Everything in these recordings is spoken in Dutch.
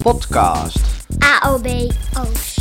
Podcast. AOB Oost.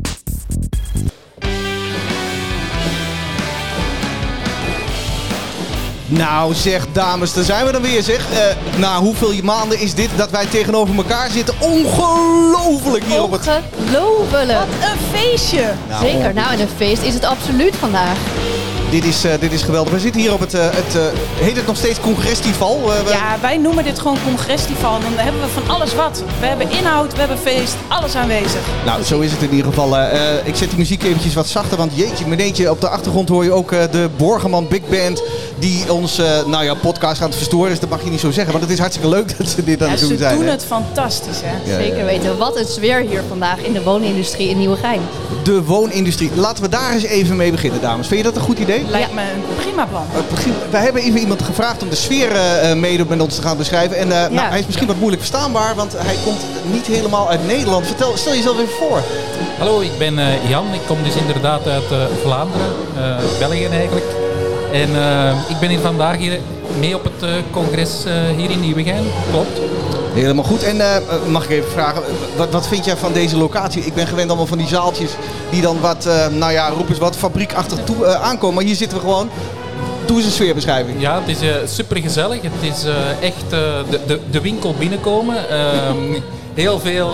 Nou zeg dames, daar zijn we dan weer zeg. Na hoeveel maanden is dit dat wij tegenover elkaar zitten? Ongelooflijk hier op het... Ongelooflijk. Wat een feestje. Nou, Zeker, nou en een feest is het absoluut vandaag. Dit is geweldig. We zitten hier op heet het nog steeds Congresstival? Ja, wij noemen dit gewoon Congresstival. Dan hebben we van alles wat. We hebben inhoud, we hebben feest, alles aanwezig. Nou, zo is het in ieder geval. Ik zet die muziek eventjes wat zachter, want jeetje, meneetje, op de achtergrond hoor je ook de Borgerman Big Band die ons podcast gaat verstoren. Dus dat mag je niet zo zeggen, want het is hartstikke leuk dat ze dit aan het doen zijn. Ze doen hè? het fantastisch, hè? Ja, Zeker weten. Wat een sfeer hier vandaag in de woonindustrie in Nieuwegein. De woonindustrie. Laten we daar eens even mee beginnen, dames. Vind je dat een goed idee? Lijkt me een prima plan. Wij hebben even iemand gevraagd om de sfeer mede met ons te gaan beschrijven. En hij is misschien wat moeilijk verstaanbaar, want hij komt niet helemaal uit Nederland. Stel jezelf even voor. Hallo, ik ben Jan. Ik kom dus inderdaad uit Vlaanderen, België eigenlijk. En ik ben hier vandaag mee op het congres hier in Nieuwegein. Klopt. Helemaal goed. En mag ik even vragen, wat vind jij van deze locatie? Ik ben gewend allemaal van die zaaltjes die dan wat, roep eens wat, fabriekachtig aankomen. Maar hier zitten we gewoon. Doe eens een sfeerbeschrijving. Ja, het is super gezellig. Het is echt de winkel binnenkomen. Heel veel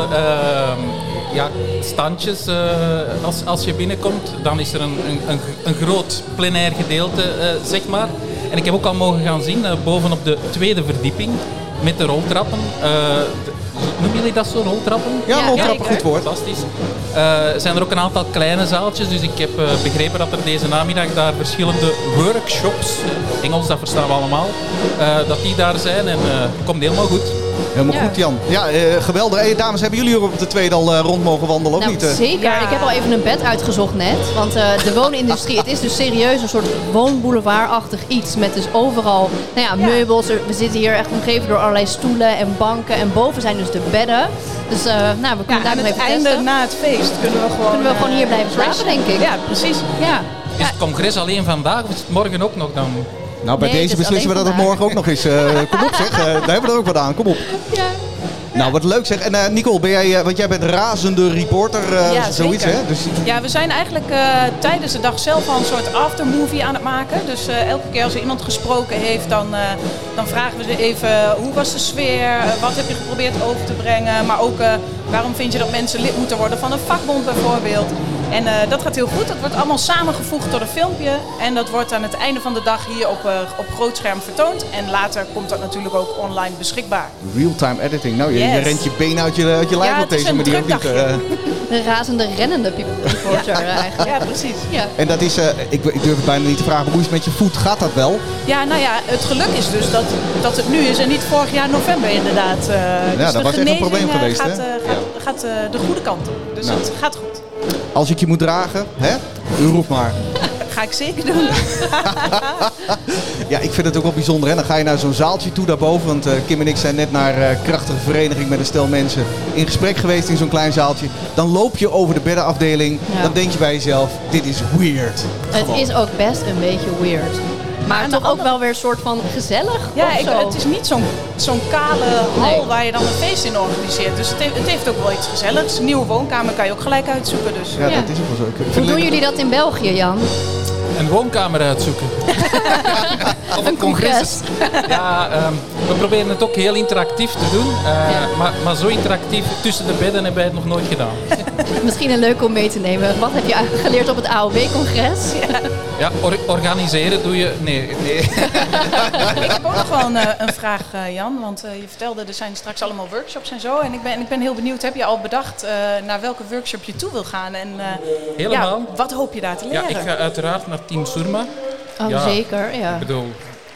standjes. Als je binnenkomt, dan is er een groot plenair gedeelte, zeg maar. En ik heb ook al mogen gaan zien, bovenop de tweede verdieping, met de roltrappen. Noemen jullie dat zo, roltrappen? Ja, roltrappen, goed woord. Fantastisch. Zijn er ook een aantal kleine zaaltjes, dus ik heb begrepen dat er deze namiddag daar verschillende workshops, Engels dat verstaan we allemaal, dat die daar zijn en komt helemaal goed. Helemaal goed, Jan. Ja, geweldig. Hey, dames, hebben jullie hier op de tweede al rond mogen wandelen, of Nou, niet? zeker. Ja. Ik heb al even een bed uitgezocht net. Want de woonindustrie, het is dus serieus een soort woonboulevardachtig iets. Met dus overal meubels. We zitten hier echt omgeven door allerlei stoelen en banken. En boven zijn dus de bedden. Dus we kunnen daar aan nog het even einde, testen. na het feest, kunnen we gewoon hier blijven slapen, denk ik. Ja, precies. Ja. Is het congres alleen vandaag of is het morgen ook nog dan? Nou, bij Nee, deze het is beslissen we dat het alleen morgen ook nog is. Kom op zeg, daar hebben we er ook wat aan. Kom op. Ja. Nou, wat leuk zeg. En Nicole, ben jij, want jij bent razende reporter, Ja, zoiets zeker. hè? Dus, Ja, we zijn eigenlijk tijdens de dag zelf al een soort aftermovie aan het maken. Dus elke keer als er iemand gesproken heeft, dan vragen we ze even hoe was de sfeer, wat heb je geprobeerd over te brengen. Maar ook waarom vind je dat mensen lid moeten worden van een vakbond bijvoorbeeld. En dat gaat heel goed. Dat wordt allemaal samengevoegd tot een filmpje. En dat wordt aan het einde van de dag hier op groot scherm vertoond. En later komt dat natuurlijk ook online beschikbaar. real-time editing. Nou, je Yes. rent je been uit je lijf Ja, op het is deze een manier. druk of niet? dagje. De razende rennende reporter eigenlijk. Ja, precies. Ja. En dat is, ik durf het bijna niet te vragen, hoe is het met je voet? Gaat dat wel? Ja, nou ja, het geluk is dus dat het nu is en niet vorig jaar november inderdaad. Dus dat de was echt een probleem genezing, geweest, hè? gaat de goede kant op. Dus Nou. het gaat goed. Als ik je moet dragen, hè? U roept maar. Ga ik zeker doen. Ja, ik vind het ook wel bijzonder. Hè? Dan ga je naar zo'n zaaltje toe daarboven. Want Kim en ik zijn net naar Krachtige Vereniging met een stel mensen in gesprek geweest in zo'n klein zaaltje. Dan loop je over de beddenafdeling. Ja. Dan denk je bij jezelf, dit is weird. Het is ook best een beetje weird. Maar aan de toch ook andere- wel weer een soort van gezellig Ja, of zo. het is niet zo'n kale hal Nee. waar je dan een feest in organiseert. Dus het heeft ook wel iets gezelligs. Een nieuwe woonkamer kan je ook gelijk uitzoeken. Dus. Ja, Ja. dat is ook wel zo. Ik vind Hoe het doen jullie dat in België, Jan? Een woonkamer uitzoeken. Of Een congres. Ja, we proberen het ook heel interactief te doen. Maar zo interactief tussen de bedden hebben wij het nog nooit gedaan. Misschien een leuk om mee te nemen. Wat heb je geleerd op het AOB-congres? Ja, organiseren doe je... Nee. Ik heb ook nog wel een vraag, Jan. Want je vertelde, er zijn straks allemaal workshops en zo. En ik ben heel benieuwd, heb je al bedacht naar welke workshop je toe wil gaan? En Helemaal. wat hoop je daar te leren? Ja, ik ga uiteraard naar Team Surma. Oh, Ja. zeker, ja. Ik bedoel,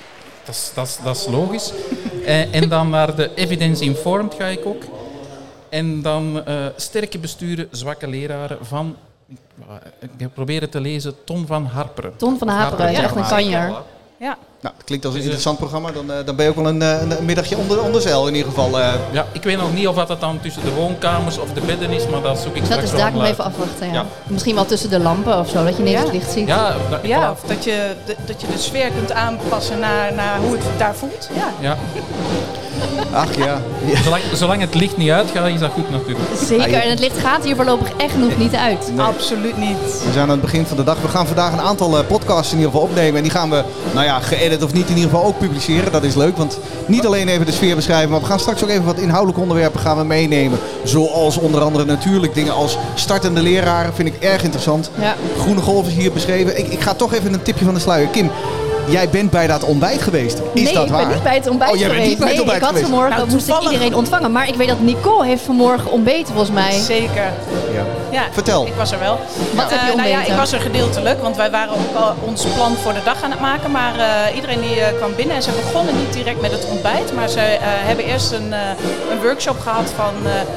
dat is logisch. En dan naar de Evidence Informed ga ik ook. En dan sterke besturen, zwakke leraren van... Ik probeer het te lezen, Ton van Harperen. Ton van Haperen, het is echt een kanjer. Ja. Nou, dat klinkt als een interessant programma. Dan ben je ook wel een middagje onder zeil in ieder geval. Ja, ik weet nog niet of dat dan tussen de woonkamers of de bedden is, maar dat zoek ik Dus dat straks is wel daar nog uit. even afwachten, ja. Ja. Misschien wel tussen de lampen of zo, dat je niet het licht ziet. Ja, Ja, of dat je de sfeer kunt aanpassen naar hoe het daar voelt. Ja. ja. Ach ja. Zolang het licht niet uitgaat, is dat goed natuurlijk. Zeker, en het licht gaat hier voorlopig echt nog niet uit. Nee. Absoluut niet. We zijn aan het begin van de dag. We gaan vandaag een aantal podcasts in ieder geval opnemen. En die gaan we, geëdit of niet, in ieder geval ook publiceren. Dat is leuk, want niet alleen even de sfeer beschrijven, maar we gaan straks ook even wat inhoudelijke onderwerpen gaan we meenemen. Zoals onder andere natuurlijk dingen als startende leraren, vind ik erg interessant. Ja. Groene golf is hier beschreven. Ik ga toch even een tipje van de sluier. Kim, jij bent bij dat ontbijt geweest. Is dat waar? Nee, ik ben niet bij het ontbijt jij bent geweest. niet bij het ontbijt ik had geweest. vanmorgen moest ik iedereen ontvangen. Maar ik weet dat Nicole heeft vanmorgen ontbeten volgens mij. Zeker. Ja. Ja, Vertel. Ik was er wel. Wat heb je ontbeten? Ik was er gedeeltelijk, want wij waren ook al ons plan voor de dag aan het maken. Maar iedereen die kwam binnen en ze begonnen niet direct met het ontbijt. Maar ze hebben eerst een workshop gehad van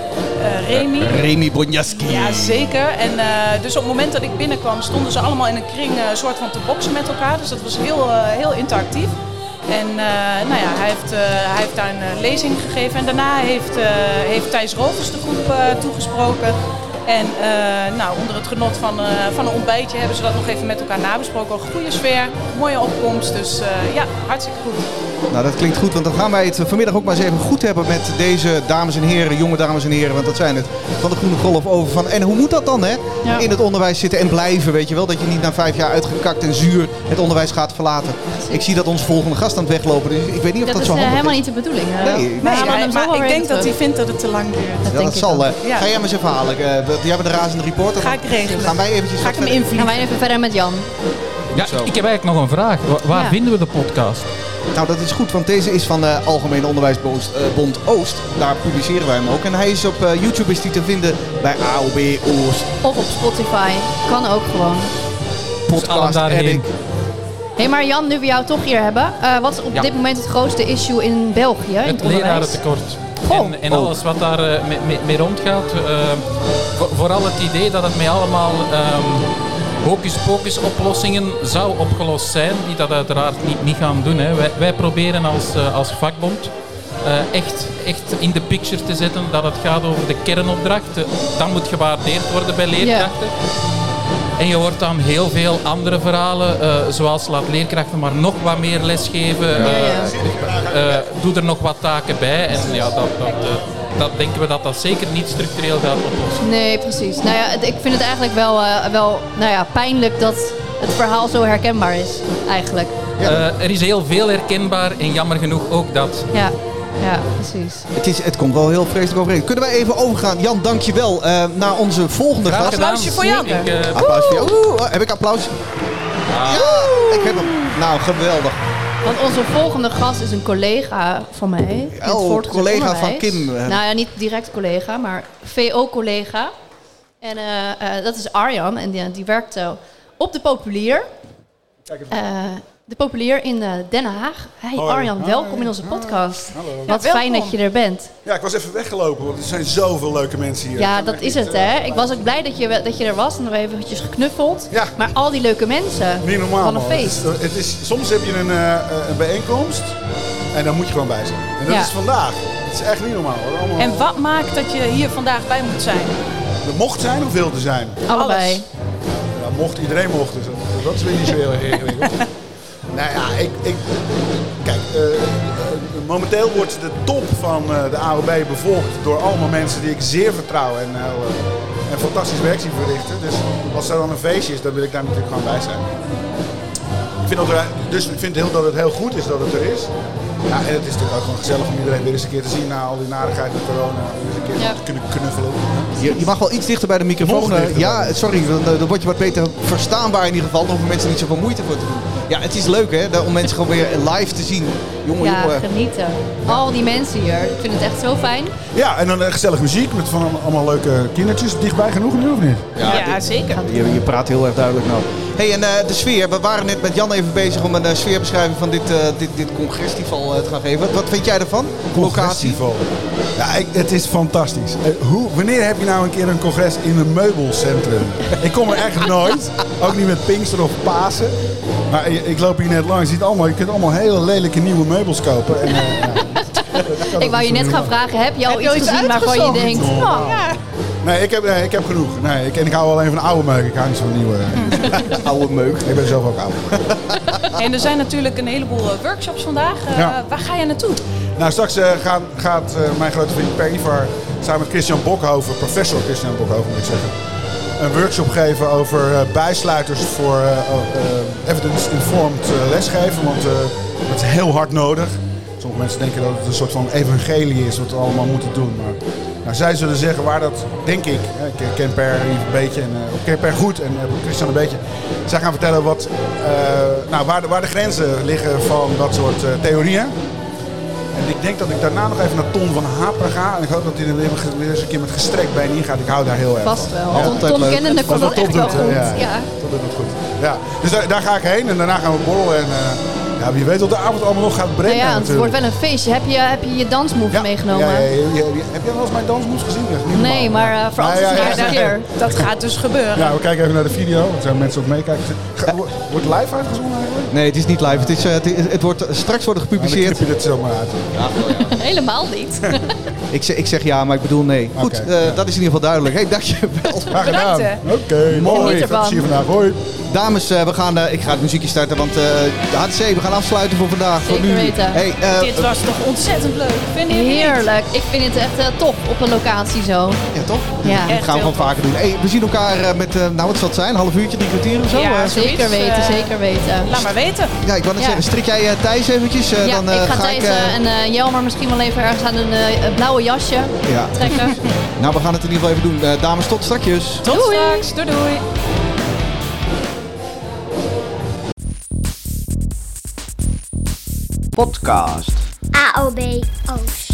Remy. Remy Bonjaski. Ja, zeker. En dus op het moment dat ik binnenkwam stonden ze allemaal in een kring soort van te boksen met elkaar. Dus dat was heel interactief. En hij heeft daar een lezing gegeven. En daarna heeft Thijs Rovers de groep toegesproken. En onder het genot van een ontbijtje hebben ze dat nog even met elkaar nabesproken. Een goede sfeer, mooie opkomst. Dus hartstikke goed. Nou, dat klinkt goed, want dan gaan wij het vanmiddag ook maar eens even goed hebben met deze dames en heren, jonge dames en heren. Want dat zijn het van de Groene Golf over van. En hoe moet dat dan, hè? Ja. In het onderwijs zitten en blijven, weet je wel? Dat je niet na 5 jaar uitgekakt en zuur het onderwijs gaat verlaten. Ik zie dat onze volgende gast aan het weglopen, dus ik weet niet of dat is zo handig helemaal is. niet de bedoeling. Nee, Maar ik denk dat hij vindt dat het te lang duurt. Ja, dat zal. Ja. Ga jij me eens even halen. Jij bent de razende reporter. Ga ik regelen. Gaan wij eventjes Ga ik hem verder. invliegen. Gaan wij even verder met Jan. Ja, Zo. ik heb eigenlijk nog een vraag. Waar Ja. vinden we de podcast? Nou, dat is goed, want deze is van de Algemene Onderwijsbond Oost. Daar publiceren wij hem ook. En hij is op YouTube is die te vinden bij AOB Oost. Of op Spotify. Kan ook gewoon. Podcast allen daarheen. Addict. Hé, maar Jan, nu we jou toch hier hebben. Wat is op Ja. dit moment het grootste issue in België, in het Het onderwijs? lerarentekort. Oh. En alles wat daar mee rondgaat. Vooral het idee dat het met allemaal hocus-pocus oplossingen zou opgelost zijn, die dat uiteraard niet gaan doen. Hè. Wij proberen als vakbond echt in de picture te zetten dat het gaat over de kernopdracht. Dat moet gewaardeerd worden bij leerkrachten. En je hoort dan heel veel andere verhalen, zoals laat leerkrachten maar nog wat meer lesgeven, doe er nog wat taken bij. En ja, dat denken we dat zeker niet structureel gaat oplossen. Nee, precies. Nou ja, ik vind het eigenlijk wel pijnlijk dat het verhaal zo herkenbaar is, eigenlijk. Er is heel veel herkenbaar en jammer genoeg ook dat. Ja, precies. Het komt wel heel vreselijk overeen. Kunnen wij even overgaan? Jan, dankjewel. Naar onze volgende Graag gast. gedaan. Applausje voor Jan. Applaus voor jou. Heb ik applaus? Ja, ik heb hem. Nou, geweldig. Want onze volgende gast is een collega van mij. in het voortgezet collega onderwijs. van Kim. Nou ja, niet direct collega, maar VO-collega. En dat is Arjan en die werkt op de Populier. De Populier in Den Haag. Hey Hoi. Arjan, welkom in onze podcast. Hallo. Wat Ja, fijn welkom. dat je er bent. Ja, ik was even weggelopen, want er zijn zoveel leuke mensen hier. Ja, Ik kan dat echt is niet, het hè. Ik was ook blij dat je er was en we hebben eventjes geknuffeld. Ja. Maar al die leuke mensen. Niet normaal, Wat een man. feest. Soms heb je een bijeenkomst en daar moet je gewoon bij zijn. En dat Ja. is vandaag. Het is echt niet normaal. Hoor. Allemaal, En wat maakt dat je hier vandaag bij moet zijn? Er mocht zijn of wilde zijn. Allebei. Ja, mocht, iedereen mocht. Dus dat is weer niet zo heel erg ingewikkeld. Nou ja, kijk, momenteel wordt de top van de AOB bevolkt door allemaal mensen die ik zeer vertrouw en fantastisch werk zien verrichten. Dus als er dan een feestje is, dan wil ik daar natuurlijk gewoon bij zijn. Ik vind dat het heel goed is dat het er is. Ja, en het is natuurlijk ook gewoon gezellig om iedereen weer eens een keer te zien na al die narigheid met corona. Weer eens een keer te kunnen knuffelen. Je mag wel iets dichter bij de microfoon. Nog dichter. Ja, sorry, dan word je wat beter verstaanbaar in ieder geval. Dan hoeven mensen niet zoveel moeite voor te doen. Ja, het is leuk hè, om mensen gewoon weer live te zien. Jongen. Ja, genieten. Al die mensen hier. Ik vind het echt zo fijn. Ja, en dan gezellig muziek met van allemaal leuke kindertjes. Dichtbij genoeg nu of niet? Ja, zeker. Je praat heel erg duidelijk nou. Hey, en de sfeer. We waren net met Jan even bezig om een sfeerbeschrijving van dit congresfestival te gaan geven. Wat vind jij ervan? Locatie? Festival. Ja, het is fantastisch. Wanneer heb je nou een keer een congres in een meubelcentrum? Ik kom er echt nooit. Ook niet met Pinkster of Pasen. Maar ik loop hier net langs. Je kunt allemaal hele lelijke nieuwe meubels kopen. En, Ik wou je net gaan vragen, heb je al iets gezien waarvan je denkt... Oh, Nee, ik heb genoeg. Nee, ik hou alleen van oude meuk. Ik hou niet van nieuwe. Oude meuk. Ik ben zelf ook oud. En er zijn natuurlijk een heleboel workshops vandaag. Ja. Waar ga je naartoe? Nou, straks gaat mijn grote vriend Per Ivar samen met Christian Bokhoven, professor Christian Bokhoven moet ik zeggen, een workshop geven over bijsluiters voor evidence-informed lesgeven. Want dat is heel hard nodig. Sommige mensen denken dat het een soort van evangelie is wat we allemaal moeten doen. Maar nou, zij zullen zeggen waar dat, denk ik, ik ken Per een beetje, ik ken Per goed en Christian een beetje. Zij gaan vertellen waar de grenzen liggen van dat soort theorieën. En ik denk dat ik daarna nog even naar Ton van Haper ga. En ik hoop dat hij er weer eens een keer met gestrekt been ingaat. Ik hou daar heel erg van. Vast wel. Tom kennende komt dat echt wel goed. Ja. Tom doet het goed. Ja. Dus daar ga ik heen en daarna gaan we borrelen. En wie weet wat de avond allemaal nog gaat brengen. Ja, het wordt wel een feestje. Heb je je dansmove meegenomen? Ja. Heb jij wel eens mijn dansmoves gezien? Nee, maar voor altijd de eerste keer. Dat gaat dus gebeuren. Ja, we kijken even naar de video. Er zijn mensen ook meekijken. Wordt het live uitgezonden eigenlijk? Nee, het is niet live. Het wordt straks worden gepubliceerd. Dan knip je dit zomaar uit. Helemaal niet. Ik zeg ja, maar ik bedoel nee. Goed, dat is in ieder geval duidelijk. Hey, dankjewel. Graag gedaan. Oké, mooi. Veel plezier vandaag. Hoi. Dames, ik ga het muziekje starten, want de HTC, we gaan afsluiten voor vandaag. Zeker voor nu. weten. Hey, Dit was toch ontzettend leuk. Vind je Heerlijk. Ik vind het echt top op een locatie zo. Ja, toch? Ja. Dat gaan we gewoon vaker doen. Hey, we zien elkaar met, wat zal het zijn? Een half uurtje, 3 kwartier of zo? Ja, Zeker weten, zeker weten. Laat maar weten. Ja, ik wou net zeggen, strik jij Thijs eventjes? Ja, dan, ik ga Thijs en Jelmer misschien wel even ergens aan een blauwe jasje trekken. Nou, we gaan het in ieder geval even doen. Dames, tot strakjes. Tot straks. Doei doei. Podcast. AOB Oost.